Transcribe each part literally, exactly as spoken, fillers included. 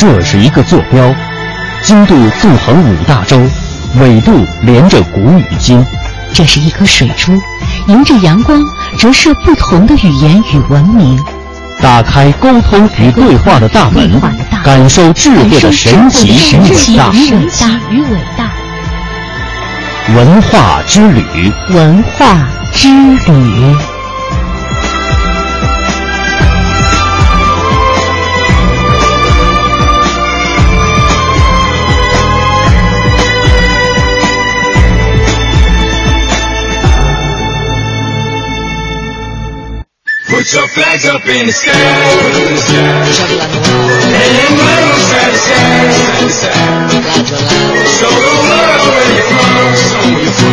这是一个坐标，经度纵横五大洲，纬度连着古与今。 这是一颗水珠，迎着阳光折射不同的语言与文明。 打开沟通与对话的大门，感受智慧的神奇与伟大。 与伟大。 文化之旅， 文化之旅。 Put your flags up in the sky, in the sky. And wave side to side, side to side. Show the world where you're from, show where you're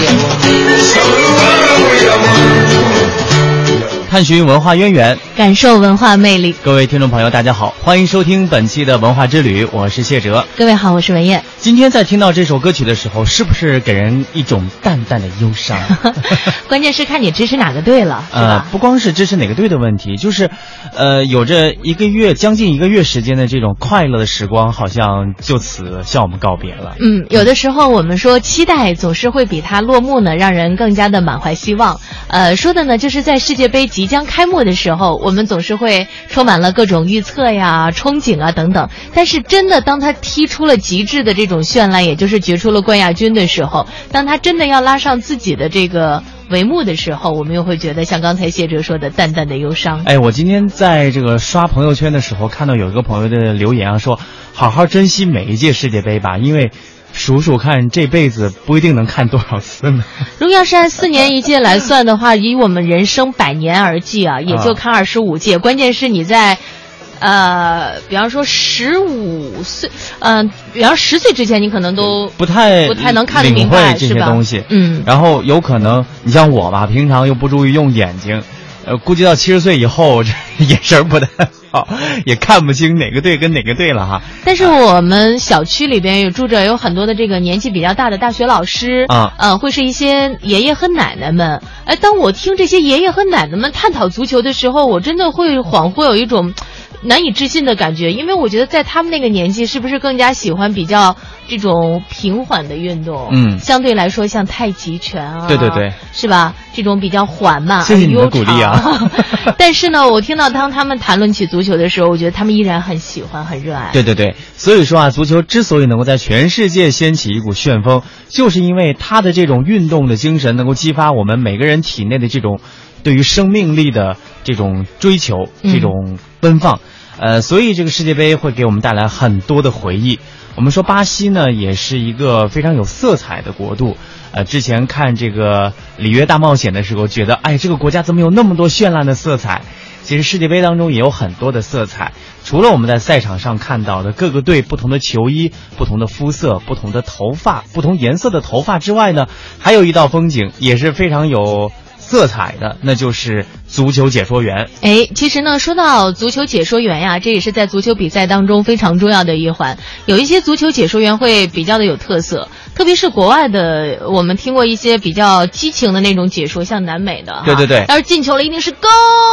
from. Show the world where you're from. 探寻文化渊源， 感受文化魅力。 各位听众朋友大家好，欢迎收听本期的文化之旅，我是谢哲。 各位好，我是文燕。 今天在听到这首歌曲的时候，是不是给人一种淡淡的忧伤？ 关键是看你支持哪个队了，是吧？ 呃，不光是支持哪个队的问题，就是呃，有着一个月将近一个月时间的这种快乐的时光，好像就此向我们告别了。 嗯，有的时候我们说期待总是会比它落幕呢，让人更加的满怀希望。呃，说的呢，就是在世界杯即将开幕的时候，我们总是会充满了各种预测呀、憧憬啊等等。但是真的，当他踢出了极致的这种绚烂，也就是决出了冠亚军的时候，当他真的要拉上自己的这个帷幕的时候，我们又会觉得像刚才谢哲说的淡淡的忧伤。 哎，我今天在这个刷朋友圈的时候，看到有一个朋友的留言啊，说好好珍惜每一届世界杯吧，因为数数看这辈子不一定能看多少次呢。 如果要是按四年一届来算的话，以我们人生百年而计啊，也就看二十五届。关键是你在呃，比方说十五岁，嗯、呃，比方十岁之前，你可能都不太不太能看得明白这些东西， 嗯， 然后有可能你像我吧，平常又不注意用眼睛，呃，估计到七十岁以后，这眼神不太好，也看不清哪个队跟哪个队了哈。 但是我们小区里边也住着有很多的这个年纪比较大的大学老师啊， 呃，会是一些爷爷和奶奶们。哎，当我听这些爷爷和奶奶们探讨足球的时候，我真的会恍惚有一种难以置信的感觉，因为我觉得在他们那个年纪，是不是更加喜欢比较这种平缓的运动？ 嗯， 相对来说，像太极拳啊， 对对对， 是吧？这种比较缓慢， 谢谢你的鼓励啊！ 但是呢，我听到当他们谈论起足球的时候，我觉得他们依然很喜欢、很热爱。 对对对，所以说啊，足球之所以能够在全世界掀起一股旋风，就是因为它的这种运动的精神，能够激发我们每个人体内的这种对于生命力的这种追求、这种奔放。嗯、呃，所以这个世界杯会给我们带来很多的回忆。我们说巴西呢，也是一个非常有色彩的国度。呃，之前看这个里约大冒险的时候，觉得哎，这个国家怎么有那么多绚烂的色彩？其实世界杯当中也有很多的色彩，除了我们在赛场上看到的各个队不同的球衣、不同的肤色、不同的头发、不同颜色的头发之外呢，还有一道风景也是非常有色彩的，那就是足球解说员。 哎，其实呢，说到足球解说员呀，这也是在足球比赛当中非常重要的一环。有一些足球解说员会比较的有特色，特别是国外的，我们听过一些比较激情的那种解说，像南美的， 对对对， 要是进球了一定是 go。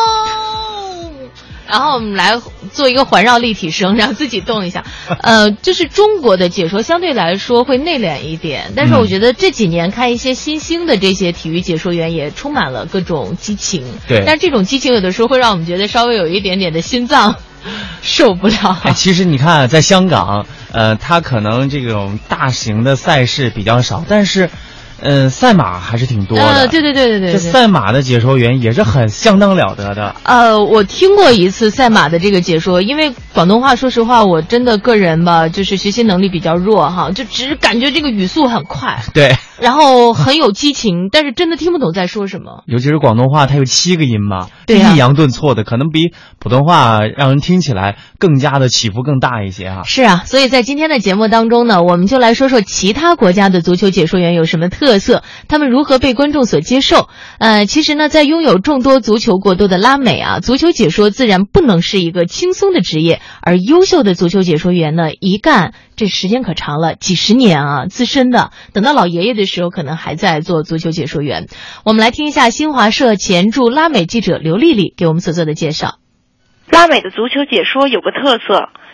然后我们来做一个环绕立体声，然后自己动一下。呃，就是中国的解说相对来说会内敛一点，但是我觉得这几年看一些新兴的这些体育解说员也充满了各种激情。 对， 但是这种激情有的时候会让我们觉得稍微有一点点的心脏受不了。 哎，其实你看，在香港，呃，它可能这种大型的赛事比较少，但是嗯、呃，赛马还是挺多的。 呃，对对对对 对, 对， 这赛马的解说员也是很相当了得的。 呃，我听过一次赛马的这个解说，因为广东话，说实话，我真的个人吧，就是学习能力比较弱哈，就只是感觉这个语速很快， 对， 然后很有激情，但是真的听不懂在说什么。 尤其是广东话，它有七个音嘛， 对啊， 抑扬顿挫的，可能比普通话让人听起来更加的起伏更大一些啊。 是啊，所以在今天的节目当中呢，我们就来说说其他国家的足球解说员有什么特色，他们如何被观众所接受。呃，其实呢，在拥有众多足球国度的拉美啊，足球解说自然不能是一个轻松的职业，而优秀的足球解说员呢，一干这时间可长了，几十年啊，资深的，等到老爷爷的时候可能还在做足球解说员。我们来听一下新华社前驻拉美记者刘丽丽给我们所做的介绍。 拉美的足球解说有个特色，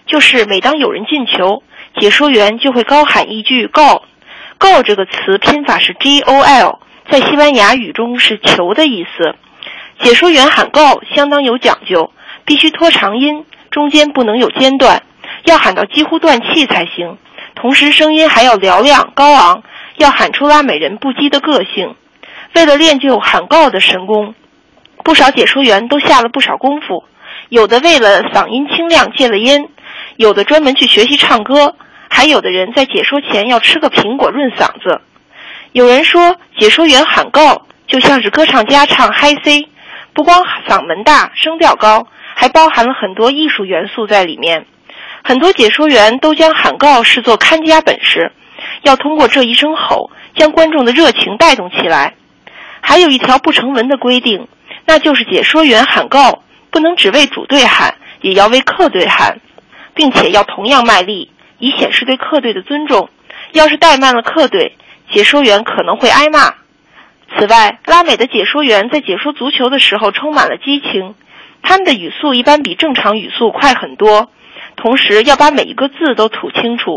就是每当有人进球，解说员就会高喊一句 goal。goal 这个词拼法是 G O L， 在西班牙语中是球的意思。解说员喊 goal 相当有讲究，必须拖长音，中间不能有间断，要喊到几乎断气才行，同时声音还要嘹亮高昂，要喊出拉美人不羁的个性。为了练就喊 goal 的神功，不少解说员都下了不少功夫，有的为了嗓音清亮戒了烟，有的专门去学习唱歌，还有的人在解说前要吃个苹果润嗓子。有人说解说员喊 goal 就像是歌唱家唱 high C， 不光嗓门大声调高，还包含了很多艺术元素在里面。很多解说员都将喊 goal 视作看家本事，要通过这一声吼将观众的热情带动起来。还有一条不成文的规定，那就是解说员喊 goal 不能只为主队喊，也要为客队喊，并且要同样卖力，以显示对客队的尊重。要是怠慢了客队，解说员可能会挨骂。此外，拉美的解说员在解说足球的时候充满了激情，他们的语速一般比正常语速快很多，同时要把每一个字都吐清楚。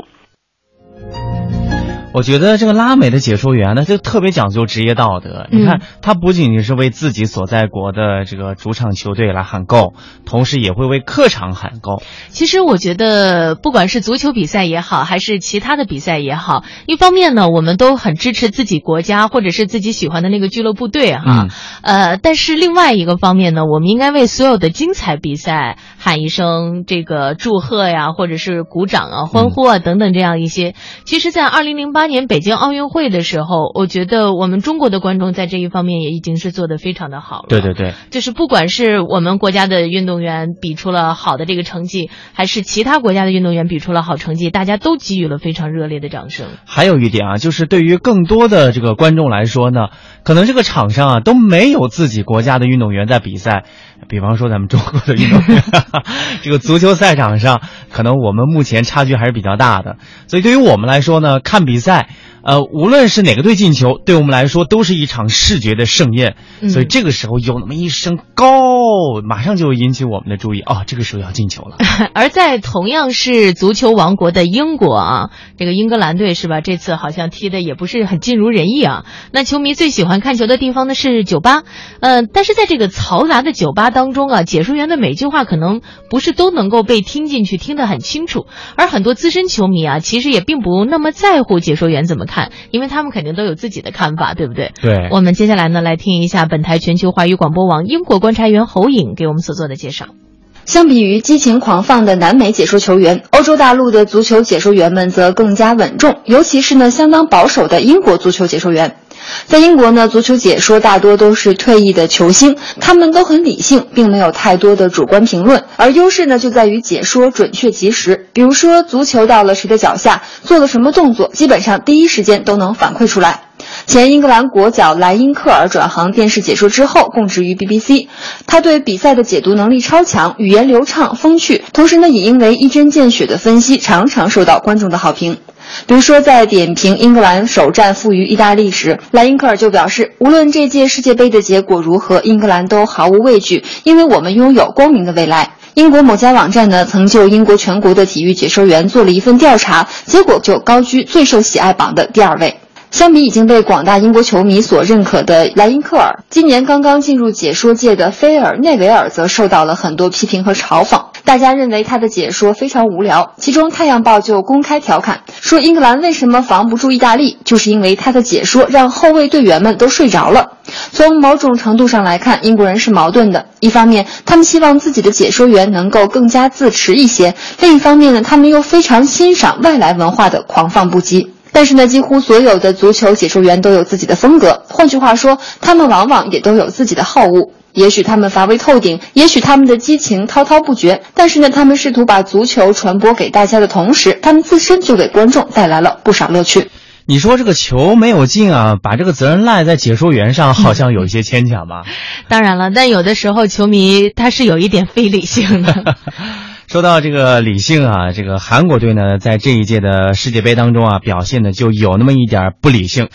我觉得这个拉美的解说员呢，就特别讲究职业道德。你看，他不仅仅是为自己所在国的这个主场球队来喊 goal， 同时也会为客场喊 goal。 其实我觉得，不管是足球比赛也好，还是其他的比赛也好，一方面呢，我们都很支持自己国家或者是自己喜欢的那个俱乐部队哈，嗯、呃，但是另外一个方面呢，我们应该为所有的精彩比赛喊一声这个祝贺呀，或者是鼓掌啊、欢呼啊等等这样一些。其实，在二零零八年北京奥运会的时候，我觉得我们中国的观众在这一方面也已经是做得非常的好了。 对对对， 就是不管是我们国家的运动员比出了好的这个成绩，还是其他国家的运动员比出了好成绩，大家都给予了非常热烈的掌声。 还有一点啊，就是对于更多的这个观众来说呢，可能这个场上啊都没有自己国家的运动员在比赛，比方说咱们中国的运动员这个足球赛场上可能我们目前差距还是比较大的，所以对于我们来说呢，看比赛呃，无论是哪个队进球，对我们来说都是一场视觉的盛宴， 嗯、 所以这个时候有那么一声高，马上就会引起我们的注意哦，这个时候要进球了。 而在同样是足球王国的英国啊，这个英格兰队是吧？这次好像踢的也不是很尽如人意啊。那球迷最喜欢看球的地方呢是酒吧，呃，但是在这个嘈杂的酒吧当中啊，解说员的每句话可能不是都能够被听进去，听得很清楚。而很多资深球迷啊，其实也并不那么在乎解说员怎么看，因为他们肯定都有自己的看法，对不对？ 对。 我们接下来呢，来听一下本台全球华语广播网英国观察员侯颖给我们所做的介绍。 相比于激情狂放的南美解说球员，欧洲大陆的足球解说员们则更加稳重，尤其是呢相当保守的英国足球解说员。在英国呢，足球解说大多都是退役的球星，他们都很理性，并没有太多的主观评论，而优势呢就在于解说准确及时。比如说足球到了谁的脚下，做了什么动作，基本上第一时间都能反馈出来。前英格兰国脚莱因克尔转行电视解说之后，供职于 B B C。他对比赛的解读能力超强，语言流畅风趣，同时呢，也因为一针见血的分析，常常受到观众的好评。比如说，在点评英格兰首战负于意大利时，莱因克尔就表示，无论这届世界杯的结果如何，英格兰都毫无畏惧，因为我们拥有光明的未来。英国某家网站呢，曾就英国全国的体育解说员做了一份调查，结果就高居最受喜爱榜的第二位。相比已经被广大英国球迷所认可的莱因克尔，今年刚刚进入解说界的菲尔内维尔则受到了很多批评和嘲讽。大家认为他的解说非常无聊，其中《太阳报》就公开调侃说，英格兰为什么防不住意大利，就是因为他的解说让后卫队员们都睡着了。从某种程度上来看，英国人是矛盾的，一方面他们希望自己的解说员能够更加自持一些，另一方面呢，他们又非常欣赏外来文化的狂放不羁。但是呢，几乎所有的足球解说员都有自己的风格，换句话说，他们往往也都有自己的好恶。也许他们乏味透顶，也许他们的激情滔滔不绝，但是呢，他们试图把足球传播给大家的同时，他们自身就给观众带来了不少乐趣。 你说这个球没有进啊，把这个责任赖在解说员上，好像有一些牵强吧？ 当然了，但有的时候球迷他是有一点非理性的。 说到这个理性啊，这个韩国队呢，在这一届的世界杯当中啊，表现的就有那么一点不理性。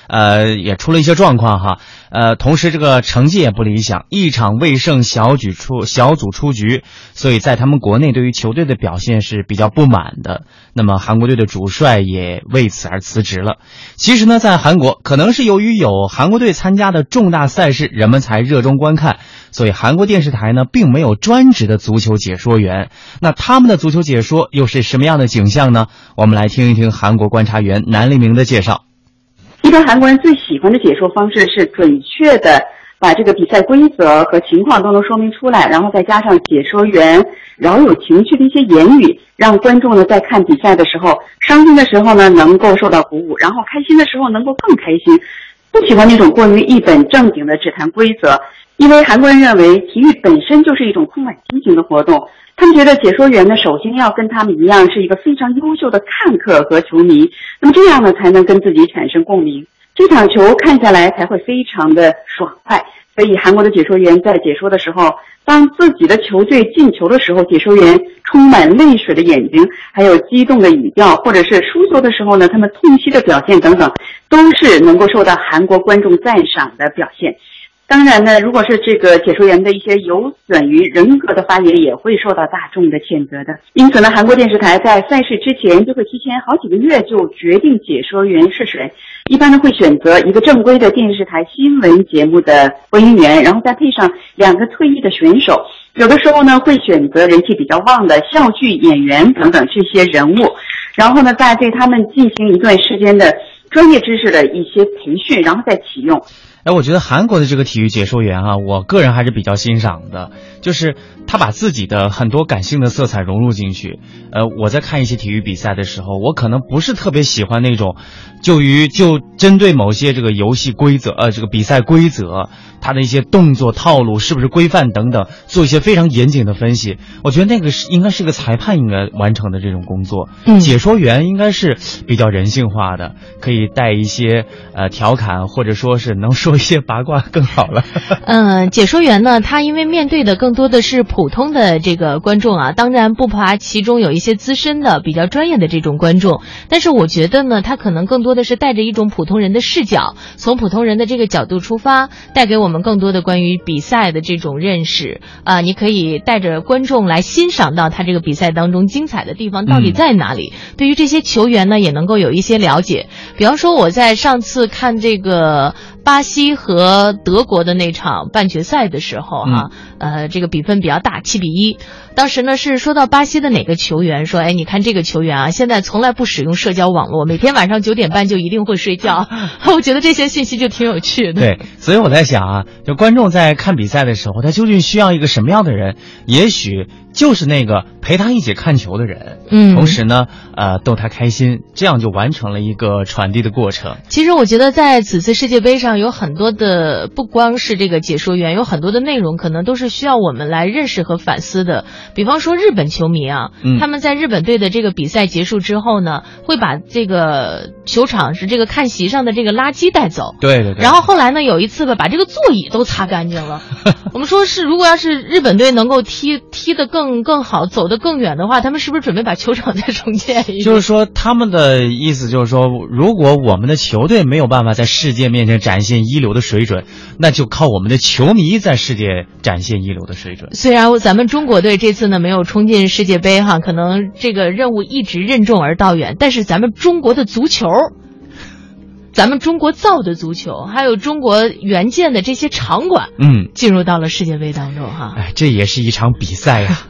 呃，也出了一些状况哈。呃，同时这个成绩也不理想，一场未胜小举出小组出局，所以在他们国内对于球队的表现是比较不满的。那么韩国队的主帅也为此而辞职了。其实呢，在韩国可能是由于有韩国队参加的重大赛事，人们才热衷观看，所以韩国电视台呢并没有专职的足球解说员。那他们的足球解说又是什么样的景象呢？我们来听一听韩国观察员南立明的介绍。 一般韩国人最喜欢的解说方式是准确的把这个比赛规则和情况都能说明出来，然后再加上解说员饶有情趣的一些言语，让观众呢在看比赛的时候，伤心的时候呢能够受到鼓舞，然后开心的时候能够更开心。不喜欢那种过于一本正经的只谈规则，因为韩国人认为体育本身就是一种充满激情的活动。他们觉得解说员呢，首先要跟他们一样是一个非常优秀的看客和球迷，那么这样呢，才能跟自己产生共鸣，这场球看下来才会非常的爽快。所以韩国的解说员在解说的时候，当自己的球队进球的时候，解说员充满泪水的眼睛，还有激动的语调，或者是输球的时候呢，他们痛惜的表现等等，都是能够受到韩国观众赞赏的表现。当然呢，如果是这个解说员的一些有损于人格的发言，也会受到大众的谴责的。因此呢，韩国电视台在赛事之前就会提前好几个月就决定解说员是谁。一般呢会选择一个正规的电视台新闻节目的播音员，然后再配上两个退役的选手。有的时候呢会选择人气比较旺的笑剧演员等等这些人物，然后呢再对他们进行一段时间的专业知识的一些培训，然后再启用。 哎，我觉得韩国的这个体育解说员啊，我个人还是比较欣赏的，就是他把自己的很多感性的色彩融入进去。呃，我在看一些体育比赛的时候，我可能不是特别喜欢那种就于就针对某些这个游戏规则呃这个比赛规则，他的一些动作套路是不是规范等等，做一些非常严谨的分析。我觉得那个是应该是个裁判应该完成的这种工作。嗯，解说员应该是比较人性化的，可以带一些呃调侃，或者说是能说一些八卦更好了。 嗯，解说员呢，他因为面对的更多的是普通的这个观众啊，当然不乏其中有一些资深的比较专业的这种观众，但是我觉得呢，他可能更多的是带着一种普通人的视角，从普通人的这个角度出发，带给我们更多的关于比赛的这种认识啊、呃，你可以带着观众来欣赏到他这个比赛当中精彩的地方到底在哪里、嗯、对于这些球员呢也能够有一些了解。比方说我在上次看这个巴西和德国的那场半决赛的时候哈、啊嗯、呃这个比分比较大，七比一。当时呢是说到巴西的哪个球员说，哎，你看这个球员啊，现在从来不使用社交网络，每天晚上九点半就一定会睡觉。我觉得这些信息就挺有趣的。 对，所以我在想啊，就观众在看比赛的时候，他究竟需要一个什么样的人？也许就是那个陪他一起看球的人，嗯，同时呢，呃，逗他开心，这样就完成了一个传递的过程。 其实我觉得在此次世界杯上有很多的，不光是这个解说员，有很多的内容可能都是需要我们来认识和反思的。比方说日本球迷啊，嗯、他们在日本队的这个比赛结束之后呢，会把这个球场是这个看席上的这个垃圾带走。 对对对。 然后后来呢，有一次吧，把这个座椅都擦干净了。我们说是，如果要是日本队能够踢踢得更更好，走得更远的话，他们是不是准备把球场再重建一下？ 就是说，他们的意思就是说，如果我们的球队没有办法在世界面前展现一流的水准，那就靠我们的球迷在世界展现一流的水准。 虽然咱们中国队这次呢没有冲进世界杯哈，可能这个任务一直任重而道远，但是咱们中国的足球，咱们中国造的足球，还有中国援建的这些场馆，嗯，进入到了世界杯当中哈。 哎，这也是一场比赛呀。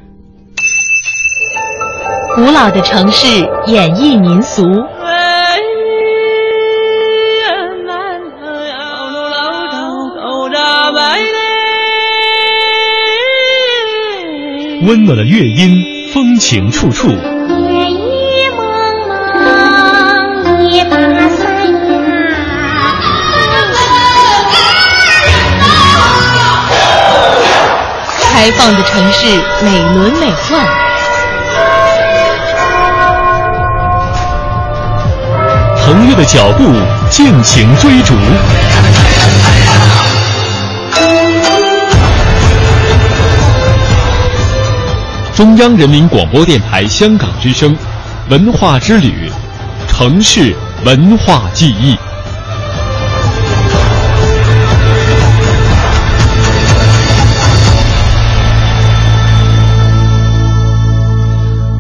古老的城市演绎民俗， 温暖的乐音，风情处处。 开放的城市，美轮美奂。 腾跃的脚步，尽情追逐。中央人民广播电台香港之声，文化之旅，城市文化记忆。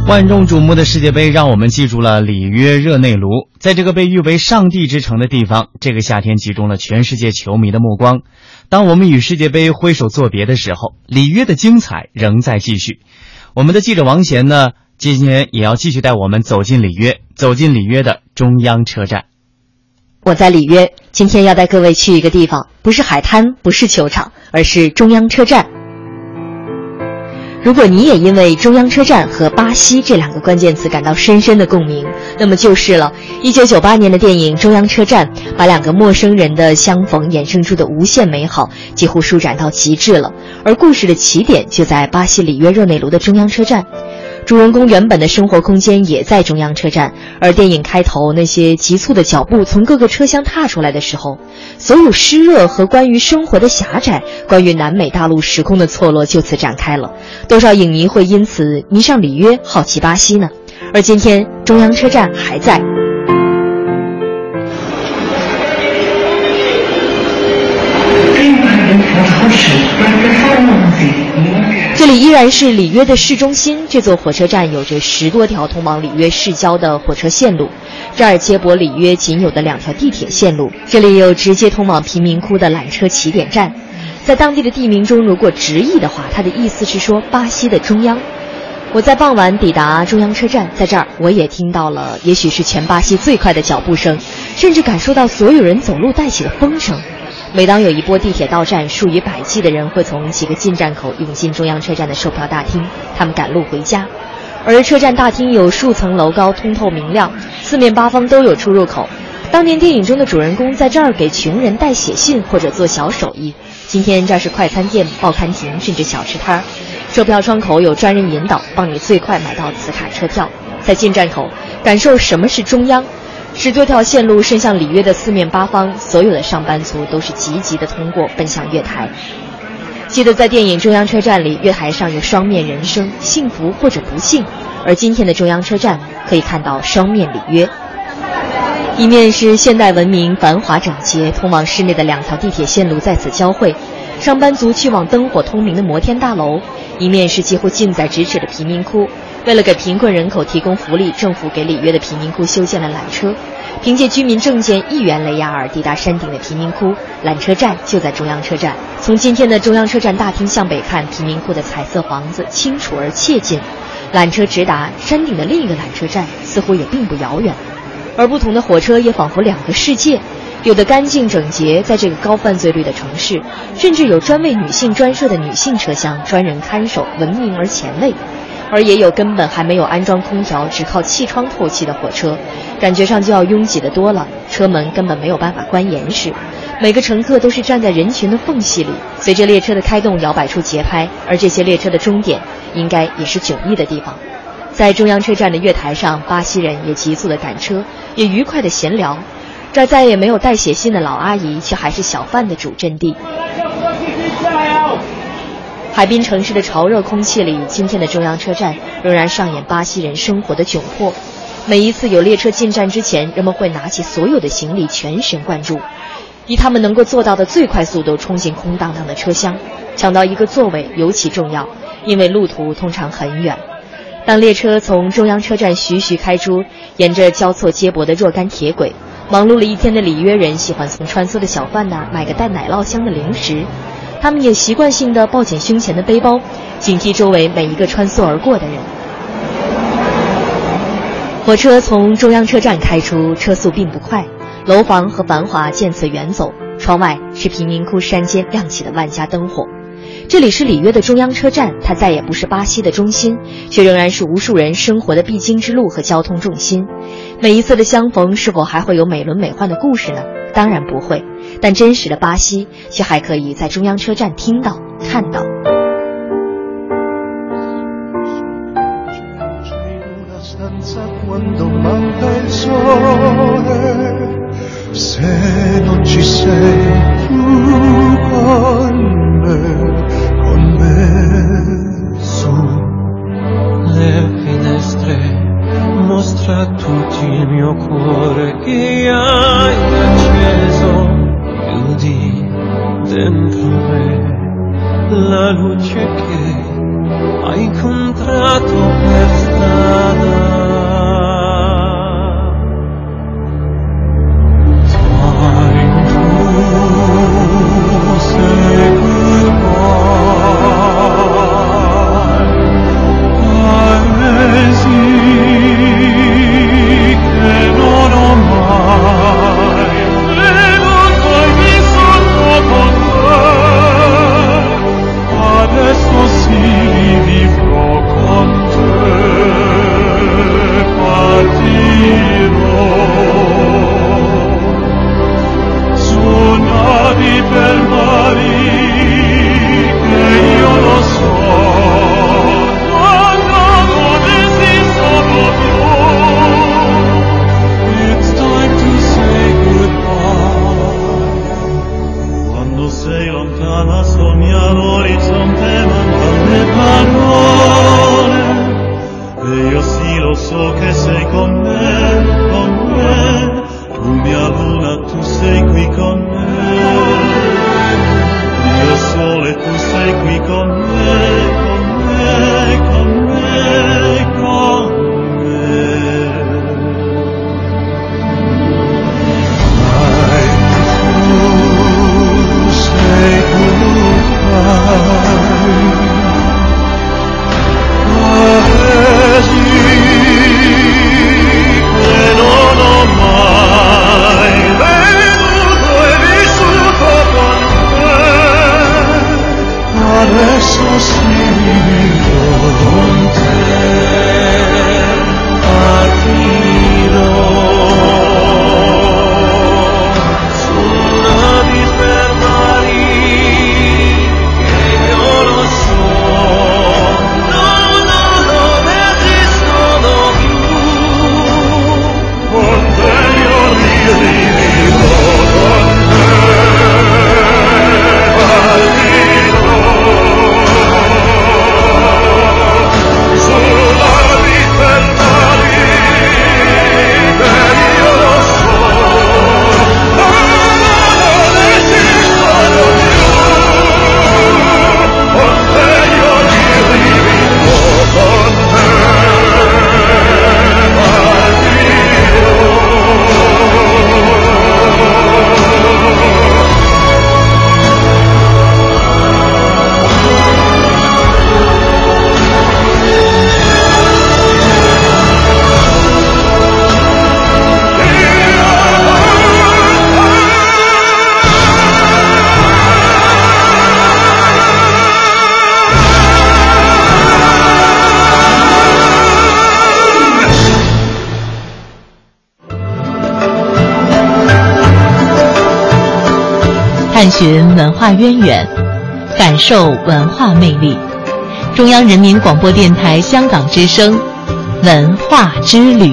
万众瞩目的世界杯让我们记住了里约热内卢。在这个被誉为上帝之城的地方，这个夏天集中了全世界球迷的目光。当我们与世界杯挥手作别的时候，里约的精彩仍在继续。我们的记者王贤呢，今天也要继续带我们走进里约，走进里约的中央车站。 我在里约，今天要带各位去一个地方，不是海滩，不是球场，而是中央车站。如果你也因为中央车站和巴西这两个关键词感到深深的共鸣，那么就是了。一九九八年的电影《中央车站》把两个陌生人的相逢衍生出的无限美好几乎舒展到极致了，而故事的起点就在巴西里约热内卢的中央车站。主人公原本的生活空间也在中央车站，而电影开头那些急促的脚步从各个车厢踏出来的时候，所有湿热和关于生活的狭窄，关于南美大陆时空的错落就此展开了。多少影迷会因此迷上里约，好奇巴西呢？而今天中央车站还在。这里依然是里约的市中心，这座火车站有着十多条通往里约市郊的火车线路，这儿接驳里约仅有的两条地铁线路，这里有直接通往贫民窟的缆车起点站。在当地的地名中，如果直译的话，它的意思是说巴西的中央。我在傍晚抵达中央车站，在这儿我也听到了也许是全巴西最快的脚步声，甚至感受到所有人走路带起的风声。每当有一波地铁到站，数以百计的人会从几个进站口涌进中央车站的售票大厅，他们赶路回家。而车站大厅有数层楼高，通透明亮，四面八方都有出入口。当年电影中的主人公在这儿给穷人代写信或者做小手艺。今天这儿是快餐店、报刊亭，甚至小吃摊儿。售票窗口有专人引导，帮你最快买到磁卡车票。在进站口感受什么是中央。十多条线路伸向里约的四面八方，所有的上班族都是急急地通过，奔向月台。记得在电影《中央车站》里，月台上有双面人生，幸福或者不幸。而今天的中央车站可以看到双面里约，一面是现代文明繁华整洁，通往市内的两条地铁线路在此交汇，上班族去往灯火通明的摩天大楼；一面是几乎近在咫尺的贫民窟。为了给贫困人口提供福利，政府给里约的贫民窟修建了缆车，凭借居民证件一元雷亚尔抵达山顶的贫民窟，缆车站就在中央车站。从今天的中央车站大厅向北看，贫民窟的彩色房子清楚而切近，缆车直达山顶的另一个缆车站似乎也并不遥远。而不同的火车也仿佛两个世界，有的干净整洁，在这个高犯罪率的城市，甚至有专为女性专设的女性车厢，专人看守，文明而前卫。而也有根本还没有安装空调，只靠气窗透气的火车，感觉上就要拥挤得多了，车门根本没有办法关严实，每个乘客都是站在人群的缝隙里，随着列车的开动摇摆出节拍，而这些列车的终点应该也是迥异的地方。在中央车站的月台上，巴西人也急速的赶车，也愉快的闲聊，这儿再也没有带写信的老阿姨，却还是小贩的主阵地。海滨城市的潮热空气里，今天的中央车站仍然上演巴西人生活的窘迫。每一次有列车进站之前，人们会拿起所有的行李，全神贯注，以他们能够做到的最快速度冲进空荡荡的车厢，抢到一个座位尤其重要，因为路途通常很远。当列车从中央车站徐徐开出，沿着交错接驳的若干铁轨，忙碌了一天的里约人喜欢从穿梭的小贩那儿买个带奶酪香的零食。他们也习惯性地抱紧胸前的背包，警惕周围每一个穿梭而过的人。火车从中央车站开出，车速并不快，楼房和繁华渐次远走，窗外是贫民窟山间亮起的万家灯火。这里是里约的中央车站，它再也不是巴西的中心，却仍然是无数人生活的必经之路和交通重心。每一次的相逢，是否还会有美轮美奂的故事呢？当然不会，但真实的巴西却还可以在中央车站听到、看到。 Mostra a tutti il mio cuore che hai acceso, chiudi dentro me la luce che hai incontrato per strada. so che sei con me, con me, tu mia luna, tu sei qui con me, io sole, tu sei qui con me, con me, con me, con me. Mai tu sei tu mai. Che non ho mai veduto e vissuto con te, adesso sì, con te partirò su navi per mari che io lo so. 探寻文化渊源，感受文化魅力。中央人民广播电台香港之声，文化之旅。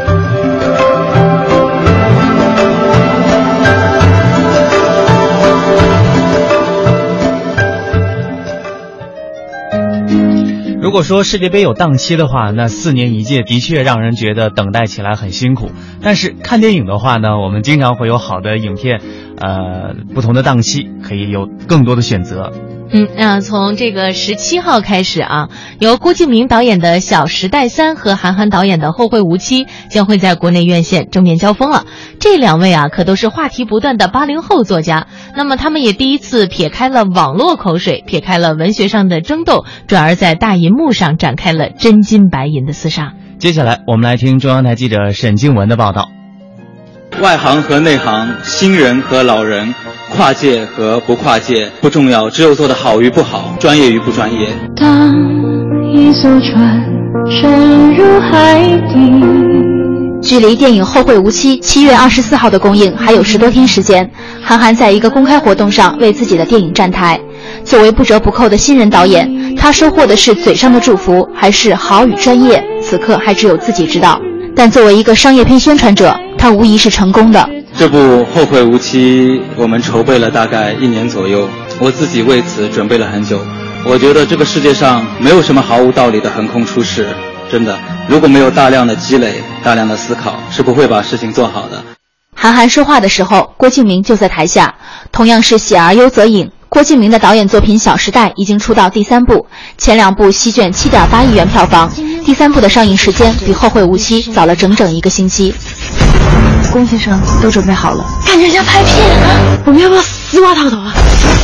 如果说世界杯有档期的话，那四年一届的确让人觉得等待起来很辛苦。但是看电影的话呢，我们经常会有好的影片，呃，不同的档期可以有更多的选择。 嗯啊，从这个十七号开始啊，由郭敬明导演的《小时代三》和韩寒导演的《后会无期》将会在国内院线正面交锋了。这两位啊，可都是话题不断的八零后作家。那么他们也第一次撇开了网络口水，撇开了文学上的争斗，转而在大银幕上展开了真金白银的厮杀。 接下来我们来听中央台记者沈静文的报道。 外行和内行，新人和老人，跨界和不跨界不重要，只有做得好与不好，专业与不专业。 当一艘船沉入海底， 距离电影《后会无期》七月二十四号的公映还有十多天时间，韩寒在一个公开活动上为自己的电影站台。作为不折不扣的新人导演，他收获的是嘴上的祝福，还是好与专业，此刻还只有自己知道。但作为一个商业片宣传者，他无疑是成功的。 这部《后会无期》我们筹备了大概一年左右，我自己为此准备了很久。我觉得这个世界上没有什么毫无道理的横空出世，真的，如果没有大量的积累，大量的思考，是不会把事情做好的。 韩寒说话的时候，郭敬明就在台下。同样是喜而优则引，郭敬明的导演作品《小时代》已经出到第三部，前两部席卷 七点八亿元票房，第三部的上映时间比《后会无期》早了整整一个星期。 龚先生都准备好了，感觉像拍片啊！我们要不要丝袜套头啊？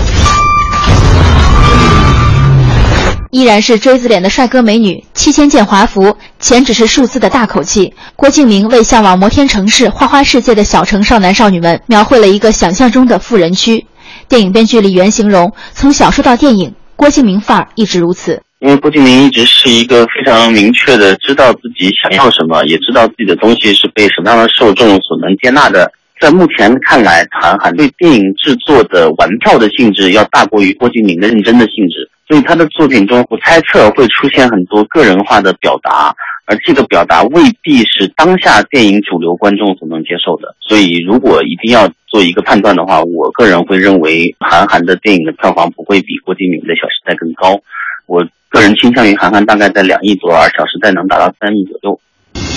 依然是锥子脸的帅哥美女，七千件华服，钱只是数字的大口气。郭敬明为向往摩天城市、花花世界的小城少男少女们描绘了一个想象中的富人区。电影编剧李源形容，从小说到电影，郭敬明范儿一直如此。 因为郭敬明一直是一个非常明确的知道自己想要什么，也知道自己的东西是被什么样的受众所能接纳的。在目前看来，韩寒对电影制作的玩票的性质要大过于郭敬明的认真的性质，所以他的作品中，我猜测会出现很多个人化的表达，而这个表达未必是当下电影主流观众所能接受的。所以如果一定要做一个判断的话，我个人会认为韩寒的电影的票房不会比郭敬明的《小时代》更高。我个人倾向于韩寒大概在两亿多，而《小时代》能达到三亿左右。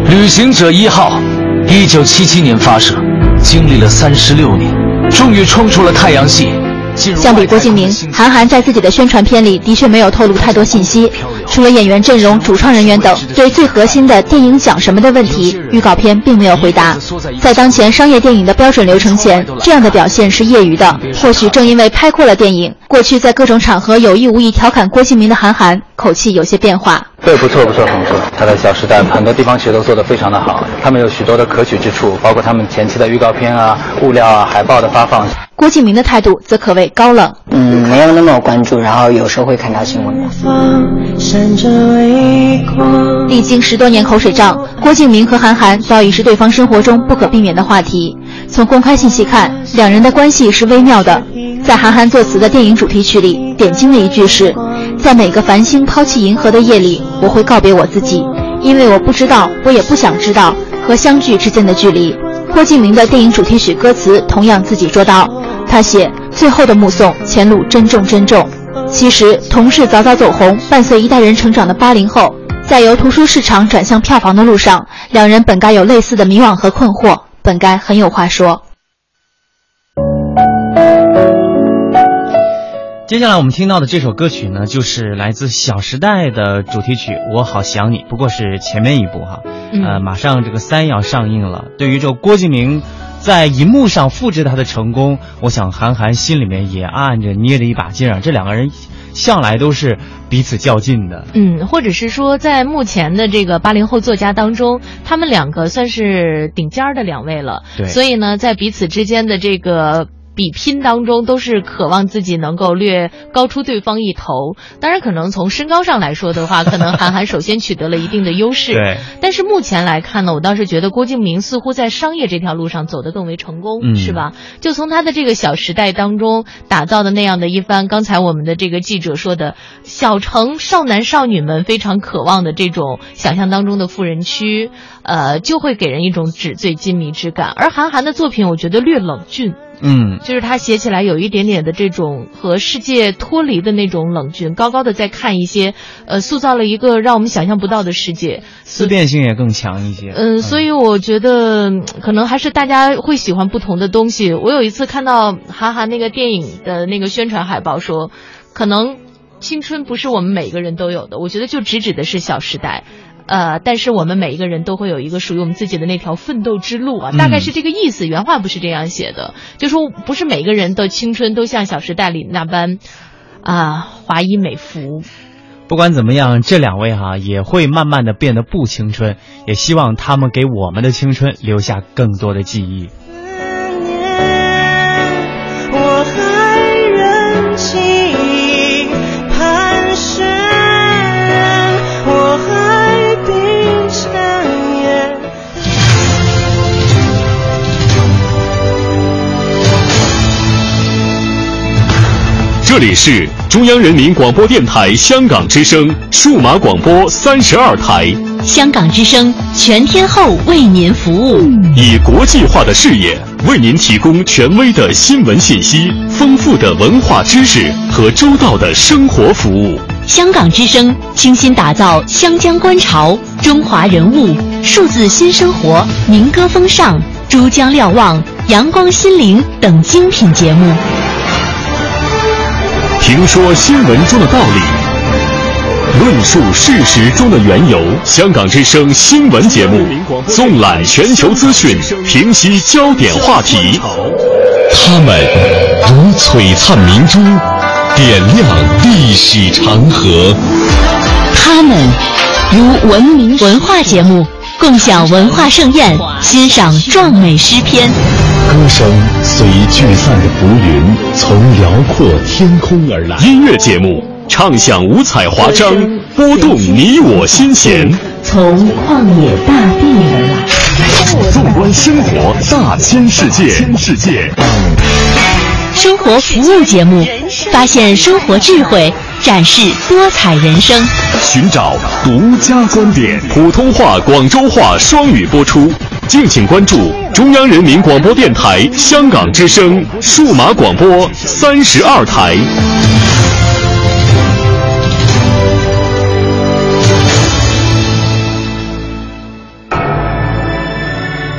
旅行者一号，一九七七年发射，经历了三十六年，终于冲出了太阳系。 相比郭敬明，韩寒在自己的宣传片里的确没有透露太多信息，除了演员阵容、主创人员等，对最核心的电影讲什么的问题，预告片并没有回答。在当前商业电影的标准流程前，这样的表现是业余的。或许正因为拍过了电影，过去在各种场合有意无意调侃郭敬明的韩寒，口气有些变化。 对，不错不错，很不错。他的《小时代》很多地方其实都做得非常的好，他们有许多的可取之处，包括他们前期的预告片啊、物料啊、海报的发放。 郭敬明的态度则可谓高冷， 嗯，没有那么关注，然后有时候会看他新闻吧。 历经十多年口水仗，郭敬明和韩寒早已是对方生活中不可避免的话题。从公开信息看，两人的关系是微妙的。在韩寒作词的电影主题曲里，点睛的一句是：在每个繁星抛弃银河的夜里，我会告别我自己，因为我不知道，我也不想知道和相聚之间的距离。郭敬明的电影主题曲歌词同样自己做到，他写最后的目送，前路珍重珍重。其实同是早早走红，伴随一代人成长的八零后，在由图书市场转向票房的路上，两人本该有类似的迷惘和困惑，本该很有话说。 接下来我们听到的这首歌曲呢，就是来自《小时代》的主题曲《我好想你》，不过是前面一部哈， 嗯、 呃，马上这个三要上映了。对于这郭敬明在银幕上复制他的成功，我想韩寒心里面也暗暗着捏着一把劲儿，这两个人向来都是彼此较劲的。 嗯，或者是说在目前的这个八零后作家当中，他们两个算是顶尖的两位了。 对， 所以呢，在彼此之间的这个比拼当中，都是渴望自己能够略高出对方一头。当然可能从身高上来说的话，可能韩寒首先取得了一定的优势。 对， 但是目前来看呢，我倒是觉得郭敬明似乎在商业这条路上走得更为成功。 嗯， 是吧？就从他的这个《小时代》当中打造的那样的一番，刚才我们的这个记者说的小城少男少女们非常渴望的这种想象当中的富人区，呃，就会给人一种纸醉金迷之感。而韩寒的作品我觉得略冷峻， 嗯， 就是他写起来有一点点的这种和世界脱离的那种冷峻，高高的在看一些，呃，塑造了一个让我们想象不到的世界， 思辨性也更强一些。 嗯，所以我觉得可能还是大家会喜欢不同的东西。我有一次看到韩寒那个电影的那个宣传海报说，可能青春不是我们每个人都有的，我觉得就只指的是《小时代》。呃，但是我们每一个人都会有一个属于我们自己的那条奋斗之路啊，大概是这个意思。原话不是这样写的，就说不是每个人的青春都像《小时代》里那般啊华衣美服。 不管怎么样，这两位哈、啊、也会慢慢的变得不青春，也希望他们给我们的青春留下更多的记忆。 我还忍气盘旋，我还闭上眼。 这里是中央人民广播电台香港之声数码广播三十二台， 香港之声全天候为您服务， 以国际化的视野为您提供权威的新闻信息、丰富的文化知识和周到的生活服务。 香港之声精心打造湘江观潮、中华人物、数字新生活、民歌风尚、珠江瞭望、阳光心灵等精品节目。 评说新闻中的道理，论述事实中的缘由。香港之声新闻节目纵览全球资讯，平息焦点话题。 他们如璀璨明珠，点亮历史长河。 他们如文明文化节目，共享文化盛宴，欣赏壮美诗篇。 歌声随聚散的浮云，从辽阔天空而来。 音乐节目畅享五彩华章，拨动你我心弦。 从旷野大地而来。 纵观生活大千世界，世界。 生活服务节目，发现生活智慧，展示多彩人生， 寻找独家观点。普通话、广州话双语播出。敬请关注中央人民广播电台香港之声数码广播三十二台。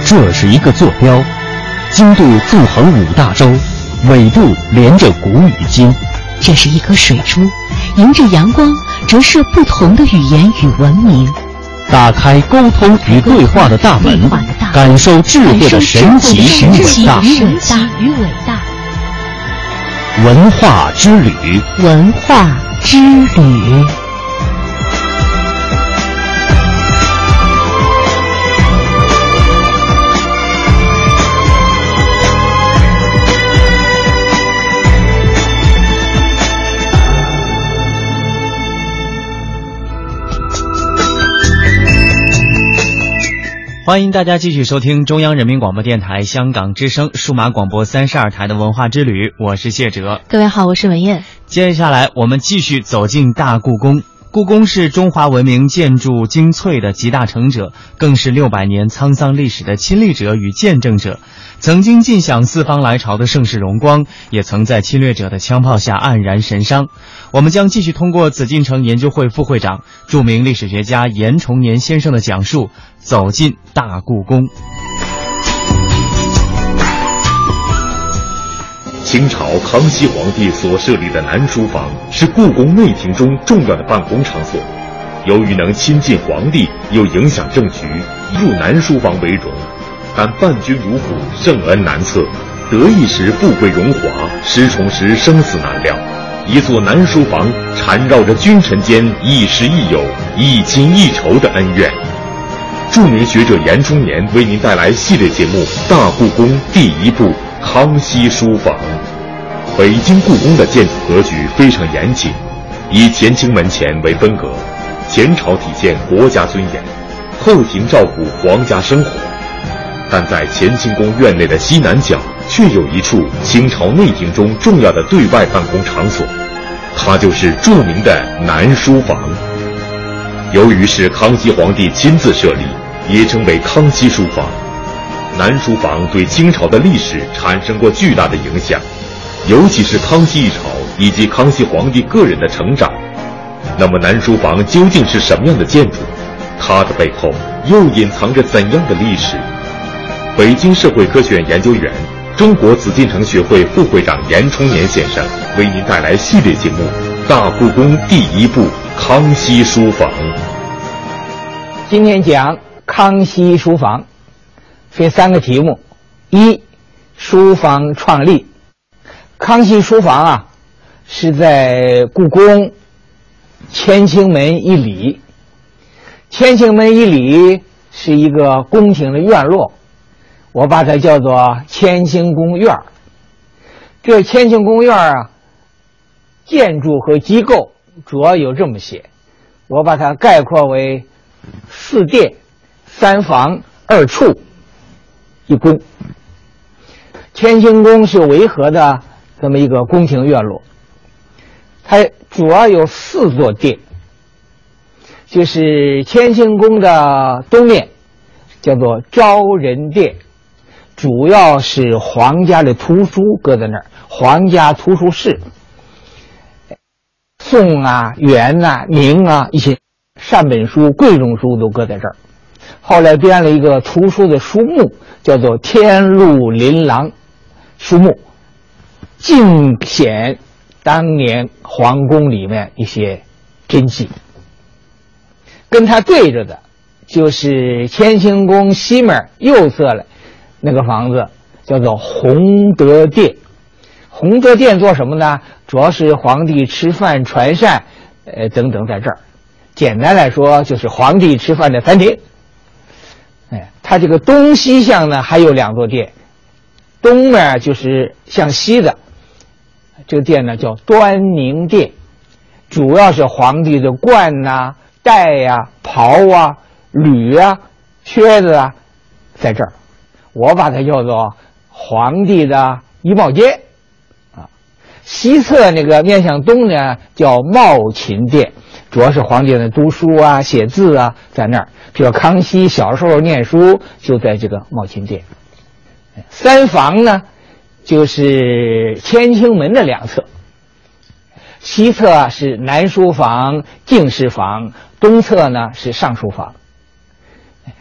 这是一个坐标，经度纵横五大洲，纬度连着古与今。 这是一颗水珠，迎着阳光折射不同的语言与文明。 打开沟通与对话的大门，感受智慧的神奇与伟大。 与伟大。 文化之旅， 文化之旅。 欢迎大家继续收听中央人民广播电台香港之声数码广播三十二台的文化之旅，我是谢哲。 各位好，我是文燕。 接下来我们继续走进大故宫。故宫是中华文明建筑精粹的集大成者，更是六百年沧桑历史的亲历者与见证者。曾经尽享四方来朝的盛世荣光，也曾在侵略者的枪炮下黯然神伤。我们将继续通过紫禁城研究会副会长、著名历史学家严崇年先生的讲述，走进大故宫。 清朝康熙皇帝所设立的南书房是故宫内廷中重要的办公场所。由于能亲近皇帝，又影响政局，入南书房为荣。但伴君如虎，圣恩难测，得意时富贵荣华，失宠时生死难料。一座南书房缠绕着君臣间亦师亦友、亦亲亦仇的恩怨。著名学者严崇年为您带来系列节目《大故宫第一部康熙书房》。北京故宫的建筑格局非常严谨，以乾清门前为分隔，前朝体现国家尊严，后庭照顾皇家生活。但在乾清宫院内的西南角，却有一处清朝内廷中重要的对外办公场所，它就是著名的南书房。由于是康熙皇帝亲自设立，也称为康熙书房。南书房对清朝的历史产生过巨大的影响，尤其是康熙一朝以及康熙皇帝个人的成长。那么南书房究竟是什么样的建筑？它的背后又隐藏着怎样的历史？北京社会科学院研究员、中国紫禁城学会副会长严崇年先生为您带来系列节目《大故宫第一部康熙书房》。 今天讲康熙书房，分三个题目：一、书房创立。康熙书房啊，是在故宫乾清门一里。乾清门一里是一个宫廷的院落，我把它叫做乾清宫院。这乾清宫院啊，建筑和机构主要有这么些，我把它概括为四殿、三房、二处、一宫。乾清宫是维和的这么一个宫廷院落，它主要有四座殿，就是乾清宫的东面叫做昭仁殿，主要是皇家的图书搁在那儿，皇家图书室，宋啊、元啊、明啊一些善本书、贵重书都搁在这儿。后来编了一个图书的书目，叫做天禄琳琅书目，尽显当年皇宫里面一些真迹。跟它对着的就是乾清宫西面右侧了那个房子，叫做弘德殿。弘德殿做什么呢？主要是皇帝吃饭、传膳，呃等等，在这儿。简单来说，就是皇帝吃饭的餐厅。哎，它这个东西向呢还有两座殿，东面就是向西的，这个殿呢叫端宁殿，主要是皇帝的冠呐、带呀、袍啊、履啊、靴子啊，在这儿。我把它叫做皇帝的衣帽间啊。西侧那个面向东呢叫茂勤殿，主要是皇帝的读书啊、写字啊，在那儿。比如康熙小时候念书就在这个茂勤殿。三房呢就是乾清门的两侧，西侧是南书房、敬事房，东侧呢是上书房。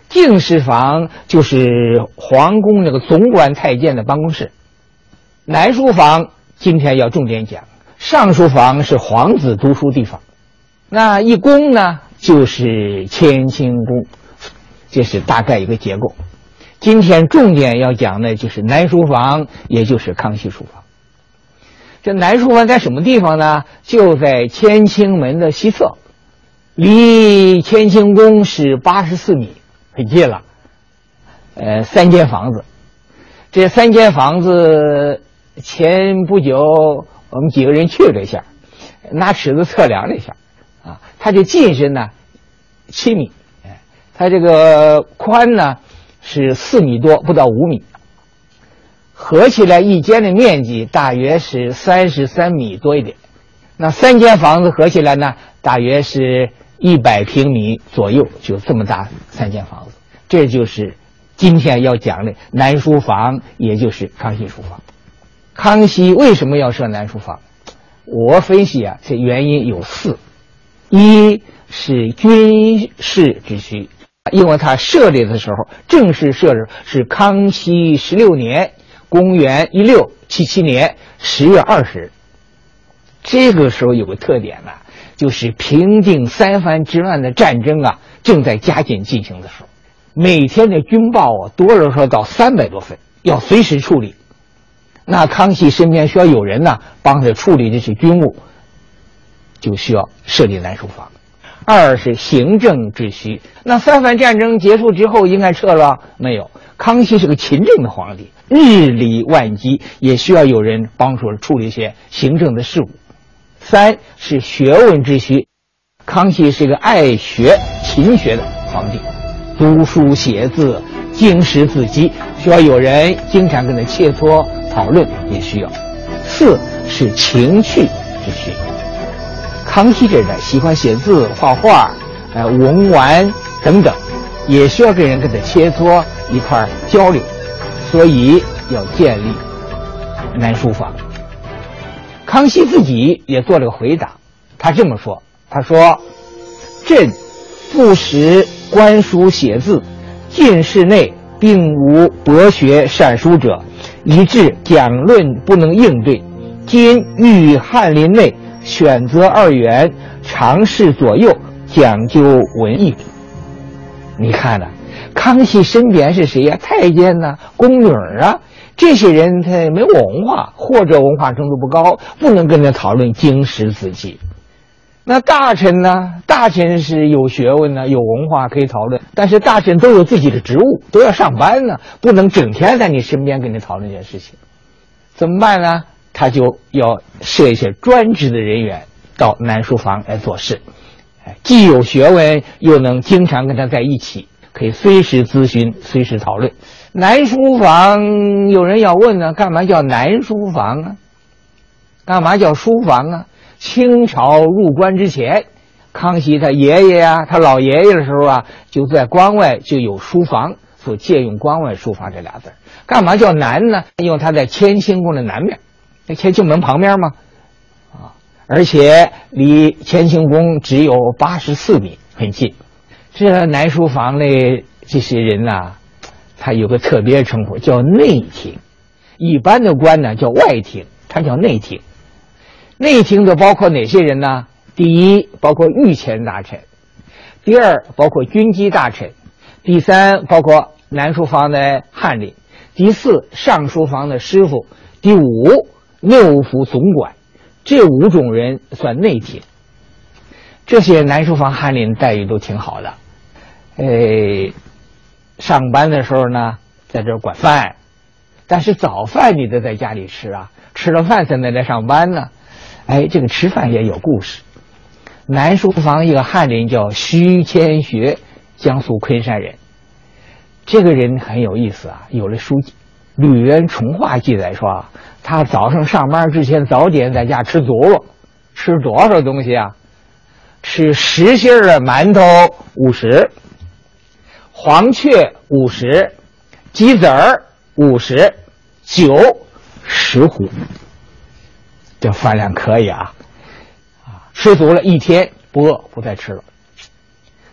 净室房就是皇宫那个总管太监的办公室。南书房今天要重点讲，上书房是皇子读书地方。那一宫呢，就是乾清宫，这是大概一个结构。今天重点要讲的就是南书房，也就是康熙书房。这南书房在什么地方呢？就在乾清门的西侧，离乾清宫是八十四米，很近了。呃，三间房子，这三间房子前不久我们几个人去了一下，拿尺子测量了一下，啊，它这进深呢七米，哎，它这个宽呢是四米多，不到五米。合起来一间的面积大约是三十三米多一点，那三间房子合起来呢，大约是一百平米左右，就这么大三间房子。这就是今天要讲的南书房，也就是康熙书房。康熙为什么要设南书房？我分析啊，这原因有四：一是军事之需，因为他设立的时候正式设置是康熙十六年。公元一六七七年十月二十日，这个时候有个特点呢、啊，就是平定三藩之乱的战争啊正在加紧进行的时候，每天的军报啊多了说到三百多份，要随时处理。那康熙身边需要有人呢帮他处理这些军务，就需要设立南书房。二是行政之需，那三藩战争结束之后应该撤了没有？康熙是个勤政的皇帝，日理万机，也需要有人帮助处理一些行政的事务。三是学问之需，康熙是个爱学勤学的皇帝，读书写字经史子集，需要有人经常跟他切磋讨论，也需要。四是情趣之需，康熙这人喜欢写字画画，呃文玩等等，也需要跟人跟他切磋一块交流，所以要建立南书房。康熙自己也做了个回答，他这么说，他说：朕不识观书写字，进士内并无博学善书者，以致讲论不能应对。今欲翰林内选择二员，常侍左右，讲究文艺。你看呢、啊，康熙身边是谁呀、啊？太监呢、啊，宫女啊，这些人他没文化，或者文化程度不高，不能跟他讨论经史子集。那大臣呢？大臣是有学问呢，有文化可以讨论，但是大臣都有自己的职务，都要上班呢，不能整天在你身边跟你讨论这件事情。怎么办呢？他就要设一些专职的人员到南书房来做事，既有学问，又能经常跟他在一起，可以随时咨询，随时讨论。南书房有人要问呢，干嘛叫南书房啊？干嘛叫书房啊？清朝入关之前，康熙他爷爷啊，他老爷爷的时候啊，就在关外就有书房，所借用关外书房这俩字。干嘛叫南呢？因为他在乾清宫的南面，在乾清门旁边嘛，啊，而且离乾清宫只有八十四米，很近。这南书房的这些人呐、啊，他有个特别称呼叫内廷，一般的官呢叫外廷，他叫内廷。内廷的包括哪些人呢？第一，包括御前大臣；第二，包括军机大臣；第三，包括南书房的翰林；第四，上书房的师傅；第五，六府总管。这五种人算内廷。这些南书房翰林待遇都挺好的，呃，上班的时候呢，在这儿管饭，但是早饭你得在家里吃啊，吃了饭才能来上班呢。哎，这个吃饭也有故事。南书房一个翰林叫徐谦学，江苏昆山人。这个人很有意思啊，有了书记。吕元重话记载说啊，他早上上班之前早点在家吃足了，吃多少东西啊？吃实心的馒头五十，黄雀五十，鸡子儿五十，酒十壶。这饭量可以啊，啊，吃足了一天不饿，不再吃了。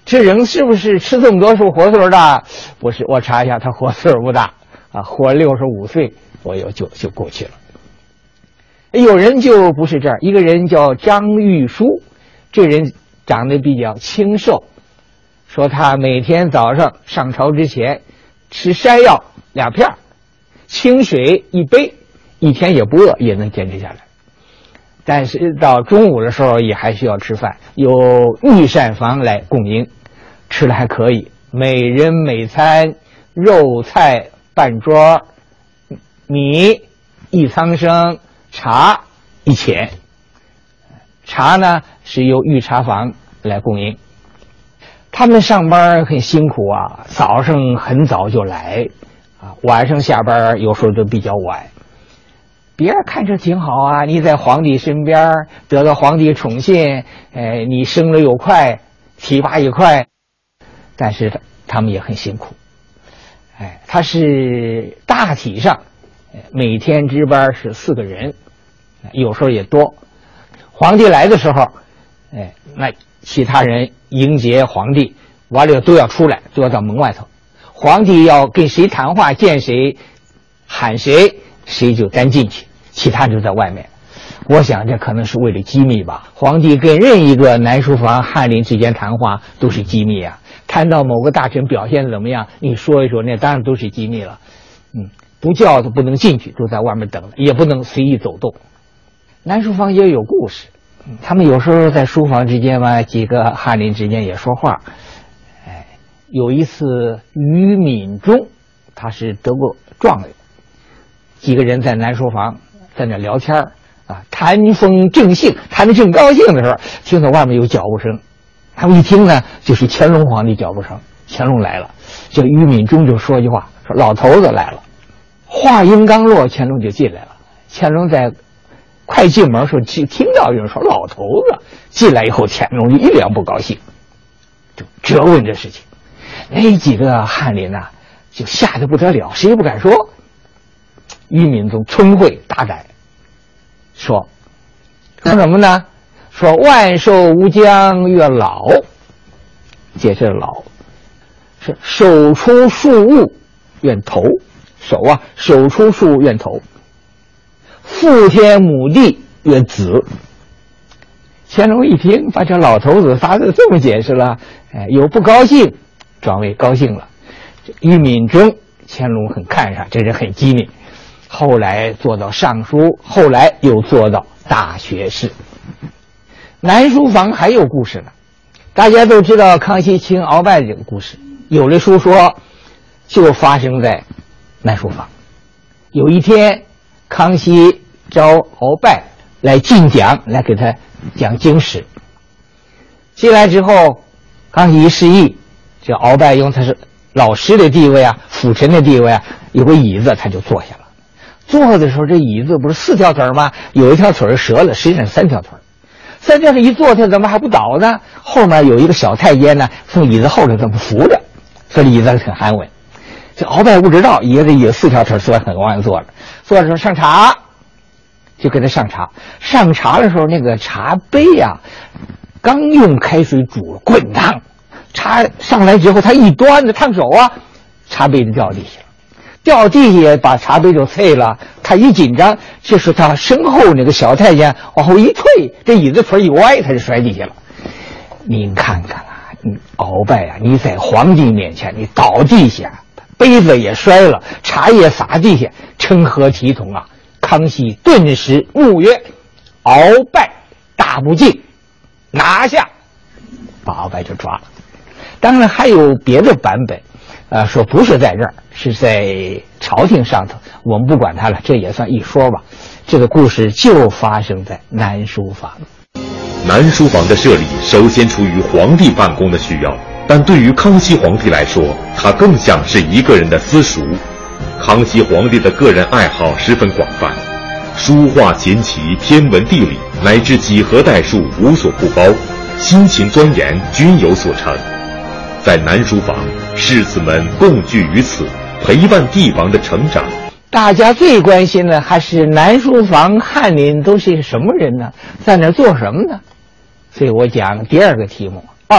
这人是不是吃这么多数活岁大？不是，我查一下，他活岁不大啊，活六十五岁左右就就过去了。有人就不是这样，一个人叫张玉书，这人长得比较清瘦，说他每天早上上朝之前吃山药两片，清水一杯，一天也不饿，也能坚持下来。但是到中午的时候也还需要吃饭，有御膳房来供应，吃的还可以，每人每餐肉菜半桌，米一仓生，茶一钱。茶呢是由御茶房来供应。他们上班很辛苦啊，早上很早就来啊，晚上下班有时候都比较晚。别人看着挺好啊，你在皇帝身边得到皇帝宠信，哎，你升了又快，提拔也快，但是他们也很辛苦。哎，他是大体上每天值班是四个人，有时候也多。皇帝来的时候，哎，那其他人迎接皇帝，完了都要出来，都要到门外头。皇帝要跟谁谈话，见谁，喊谁，谁就单进去，其他就在外面。我想这可能是为了机密吧。皇帝跟任一个南书房翰林之间谈话都是机密啊。谈到某个大臣表现怎么样，你说一说，那当然都是机密了。嗯，不叫都不能进去，都在外面等着，也不能随意走动。南书房也有故事，他们有时候在书房之间嘛，几个翰林之间也说话。哎，有一次于敏中，他是得过状元，几个人在南书房在那聊天啊，谈风正兴，谈得正高兴的时候，听到外面有脚步声，他们一听呢，就是乾隆皇帝脚步声，乾隆来了。这于敏中就说一句话，说老头子来了。话音刚落，乾隆就进来了。乾隆在快进门的时候，听到有人说老头子进来以后，乾隆就一脸不高兴，就责问这事情。那几个翰林呐、啊，就吓得不得了，谁也不敢说。于敏中聪慧大胆，说说什么呢？说万寿无疆曰老，解释老是手出数物愿头，手啊手出数物愿头，父天母地曰子。乾隆一听，把这老头子仨字这么解释了，哎，有不高兴转为高兴了。于敏中乾隆很看上，这人很机敏，后来做到尚书，后来又做到大学士。南书房还有故事呢，大家都知道康熙请鳌拜这个故事，有的书说就发生在南书房。有一天康熙招鳌拜来进讲，来给他讲经史。进来之后，康熙一示意，这鳌拜用他是老师的地位啊，辅臣的地位啊，有个椅子他就坐下了。坐的时候，这椅子不是四条腿吗？有一条腿折了，实际上三条腿。三条腿一坐下，怎么还不倒呢？后面有一个小太监呢，从椅子后头这么扶着，所以椅子很安稳。这鳌拜不知道，爷子有四条腿，所以很安稳坐着。坐着时候上茶，就给他上茶。上茶的时候，那个茶杯呀、啊，刚用开水煮了，滚烫。茶上来之后，他一端着烫手啊，茶杯就掉地下了。掉地下把茶杯就碎了，他一紧张，这时他身后那个小太监往后一退，这椅子腿一歪，他就摔地下了。您看看啊，你鳌拜啊，你在皇帝面前你倒地下，杯子也摔了，茶叶洒地下，成何体统啊！康熙顿时怒曰：鳌拜大不敬，拿下！把鳌拜就抓了。当然还有别的版本，呃，说不是在这儿，是在朝廷上头，我们不管它了，这也算一说吧。这个故事就发生在南书房。 南书房的设立首先出于皇帝办公的需要，但对于康熙皇帝来说，它更像是一个人的私塾。康熙皇帝的个人爱好十分广泛，书画琴棋、天文地理乃至几何代数无所不包，辛勤钻研均有所成。在南书房，士子们共聚于此，陪伴帝王的成长。 大家最关心的还是南书房翰林都是什么人呢？在那做什么呢？所以我讲第二个题目：二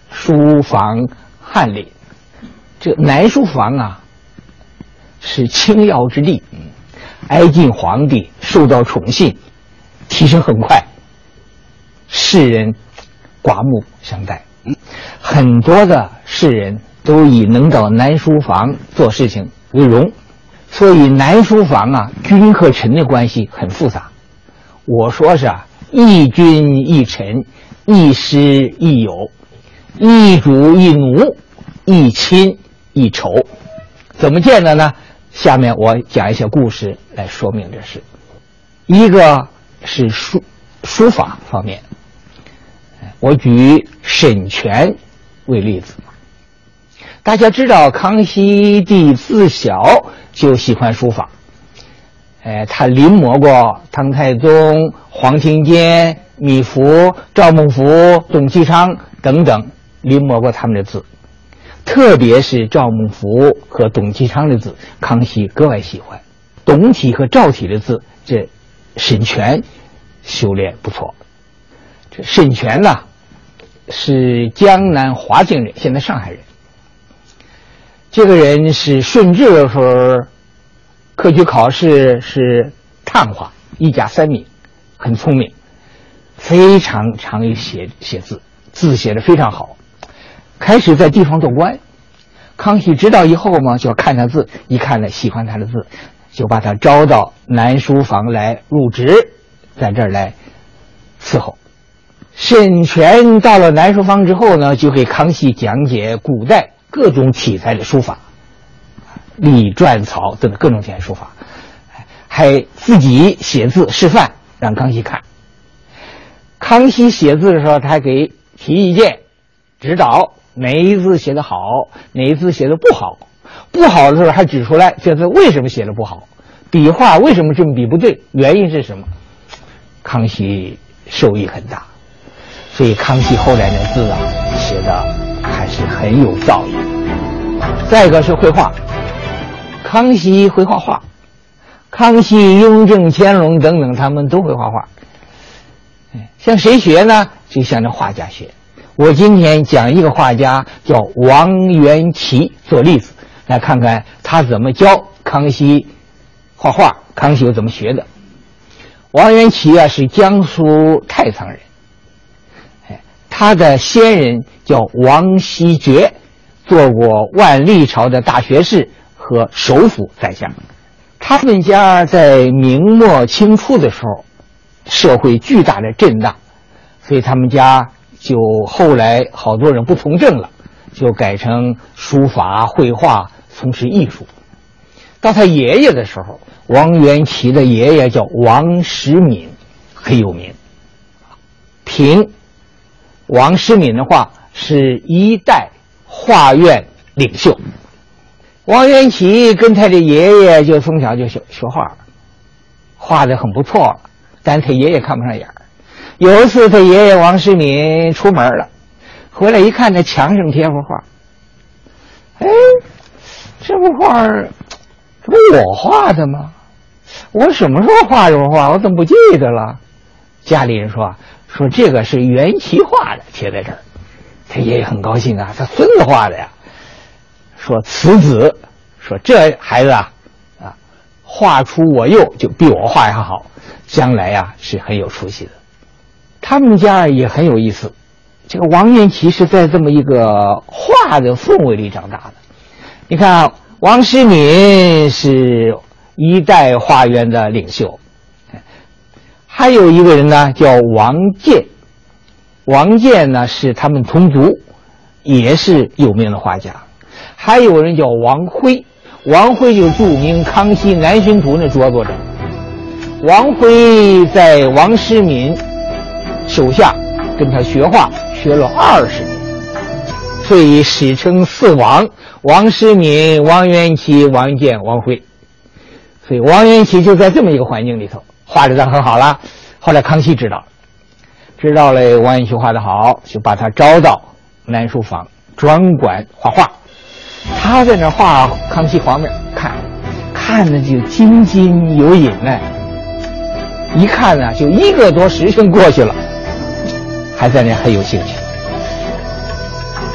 书房翰林。这南书房啊，是清要之地，挨近皇帝，受到宠信，提升很快，世人刮目相待。很多的士人都以能到南书房做事情为荣，所以南书房啊，君和臣的关系很复杂。我说是啊，一君一臣，一师一友，一主一奴，一亲一仇。怎么见的呢？下面我讲一些故事来说明这事。一个是书书法方面，我举沈佺为例子。大家知道康熙帝自小就喜欢书法，呃，他临摹过唐太宗、黄庭坚、米芾、赵孟頫、董其昌等等，临摹过他们的字。特别是赵孟頫和董其昌的字，康熙格外喜欢。董体和赵体的字，这沈佺修炼不错。这沈佺呢，是江南华泾人，现在上海人。这个人是顺治的时候科举考试是探花，一家三名，很聪明，非常常于写写字，字写得非常好。开始在地方做官，康熙知道以后嘛，就要看他字，一看呢喜欢他的字，就把他招到南书房来入职，在这儿来伺候。沈佺到了南书房之后呢，就给康熙讲解古代各种题材的书法，隶篆草等各种题材书法，还自己写字示范让康熙看。康熙写字的时候，他还给提意见指导，哪一字写得好，哪一字写得不好，不好的时候还指出来这字为什么写得不好，笔画为什么这么笔不对，原因是什么。康熙受益很大，所以康熙后来的字啊写的还是很有造诣。再一个是绘画，康熙会画画，康熙、雍正、乾隆等等他们都会画画。向谁学呢？就向这画家学。我今天讲一个画家叫王元祁做例子，来看看他怎么教康熙画画，康熙又怎么学的。王元祁啊是江苏太仓人，他的先人叫王希爵，做过万历朝的大学士和首辅宰相。他们家在明末清初的时候社会巨大的震荡，所以他们家就后来好多人不从政了，就改成书法绘画，从事艺术。到他爷爷的时候，王元祁的爷爷叫王时敏，很有名。评王时敏的话，是一代画院领袖。王元祁跟他的爷爷就从小就学学画，画得很不错，但他爷爷看不上眼儿。有一次他爷爷王时敏出门了，回来一看，那墙上贴幅画，哎，这幅画这不我画的吗？我什么时候画这幅画？我怎么不记得了？家里人说说这个是元祁画的，贴在这儿。他爷爷很高兴啊，他孙子画的呀。说此子，说这孩子啊啊，画出我右，就比我画还好，将来呀、啊、是很有出息的。他们家也很有意思，这个王元祁是在这么一个画的氛围里长大的。你看王时敏是一代画院的领袖，还有一个人呢叫王建，王建呢是他们同族，也是有名的画家。还有人叫王辉，王辉就著名康熙南巡图的主要作者。王辉在王时敏手下跟他学画，学了二十年，所以史称四王：王时敏、王元祁、王建、王辉。所以王元祁就在这么一个环境里头画得很好了。后来康熙知道知道了王元祁画得好，就把他招到南书房专管画画。他在那画，康熙皇面看看着就津津有瘾呢，一看呢就一个多时辰过去了，还在那很有兴趣。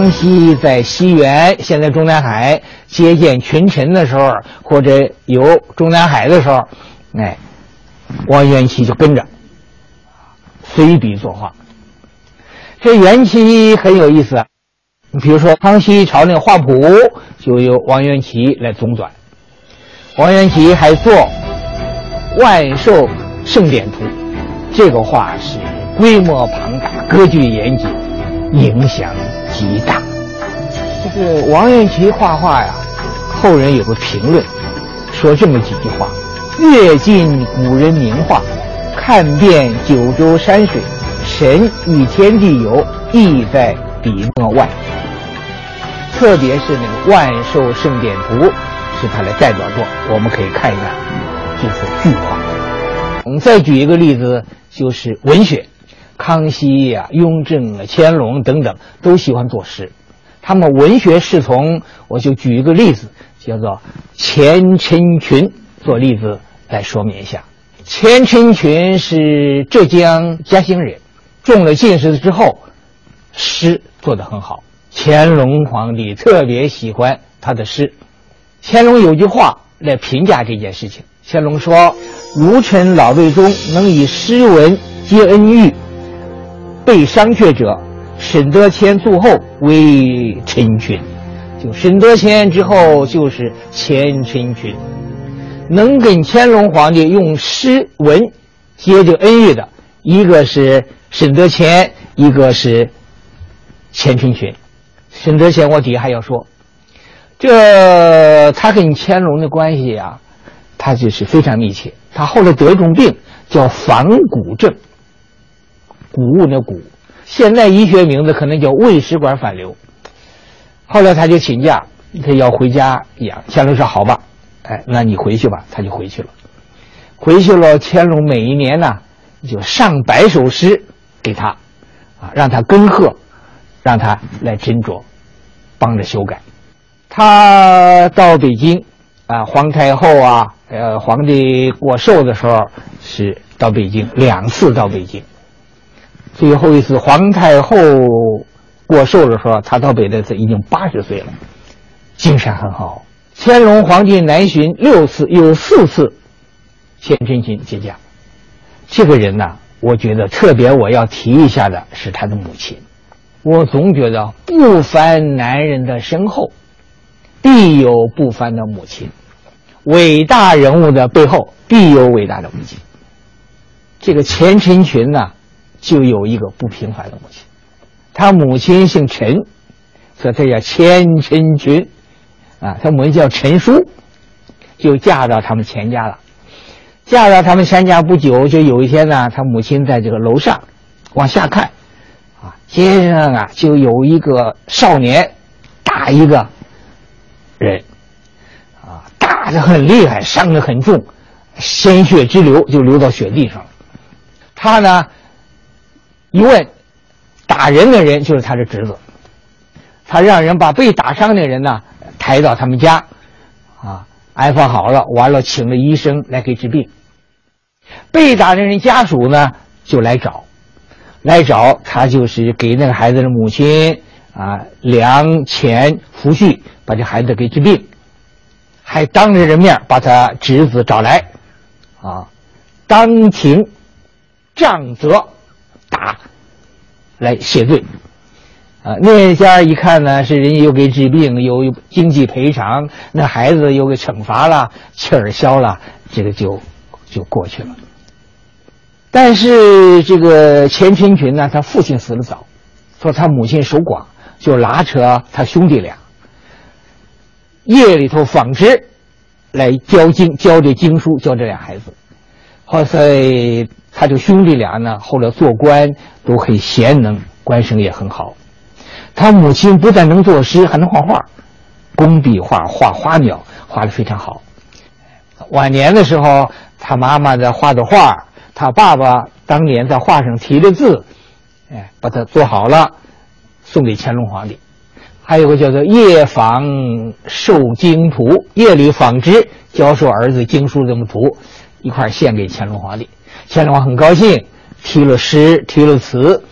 康熙在西园，现在中南海接见群臣的时候，或者游中南海的时候，哎，王元祁就跟着随笔作画。这元祁很有意思啊，比如说康熙朝那个画谱就由王元祁来总纂。王元祁还做《万寿盛典图》，这个画是规模庞大，格局严谨，影响极大。这个王元祁画画呀，后人有个评论，说这么几句话：阅尽古人名画，看遍九州山水，神与天地有，意在笔墨外。特别是那个《万寿盛典图》是他的代表作，我们可以看一看这幅巨画。我们再举一个例子，就是文学。康熙呀、啊、雍正啊、乾隆等等都喜欢作诗，他们文学侍从，我就举一个例子，叫做钱琛群做例子来说明一下。钱琛群是浙江嘉兴人，中了进士之后，诗做得很好。乾隆皇帝特别喜欢他的诗。乾隆有句话来评价这件事情，乾隆说：儒臣老辈中能以诗文接恩遇，被商榷者，沈德潜卒后为琛群。就沈德潜之后就是钱琛群。能跟乾隆皇帝用诗文接这恩遇的，一个是沈德潜，一个是钱琛群。沈德潜我底下还要说，这他跟乾隆的关系啊，他就是非常密切。他后来得一种病叫仿古症，谷物的谷，现在医学名字可能叫胃食管反流。后来他就请假，他要回家养。乾隆说好吧，哎，那你回去吧，他就回去了。回去了，乾隆每一年呢就上百首诗给他，啊，让他跟贺，让他来斟酌，帮着修改。他到北京啊，皇太后啊，呃，皇帝过寿的时候是到北京，两次到北京。最后一次皇太后过寿的时候，他到北的时候已经八十岁了，精神很好。乾隆皇帝南巡六次，有四次钱琛群接驾。这个人呢，我觉得特别我要提一下的是他的母亲。我总觉得不凡男人的身后必有不凡的母亲，伟大人物的背后必有伟大的母亲。这个钱琛群呢，就有一个不平凡的母亲，他母亲姓陈，所以他叫钱琛群啊。他母亲叫陈淑，就嫁到他们钱家了。嫁到他们钱家不久，就有一天呢，他母亲在这个楼上往下看啊，街上啊就有一个少年打一个人啊，打得很厉害，伤得很重，鲜血直流，就流到雪地上了。他呢一问，打人的人就是他的侄子，他让人把被打伤的人呢抬到他们家啊，安放好了，完了请了医生来给治病。被打的人家属呢就来找来找他，就是给那个孩子的母亲啊量钱抚恤，把这孩子给治病，还当着人面把他侄子找来啊，当庭杖责打来谢罪啊。那家一看呢，是人家又给治病，有经济赔偿，那孩子又给惩罚了，气儿消了，这个就就过去了。但是这个钱琛群呢，他父亲死得早，说他母亲守寡，就拉扯他兄弟俩，夜里头纺织来教经，教这经书，教这俩孩子。后来他这兄弟俩呢，后来做官都很贤能，官声也很好。他母亲不但能作诗，还能画画，工笔画，画花鸟，画得非常好。晚年的时候，他妈妈在画的画，他爸爸当年在画上题的字，哎，把它做好了，送给乾隆皇帝。还有个叫做夜访授经图，夜里纺织教授儿子经书这么图，一块献给乾隆皇帝。乾隆很高兴，题了诗，题了词，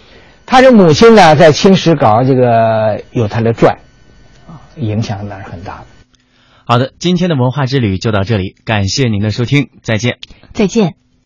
他的母亲呢，在青史稿这个有他的传，啊，影响那是很大的。 好的，今天的文化之旅就到这里，感谢您的收听，再见， 再见。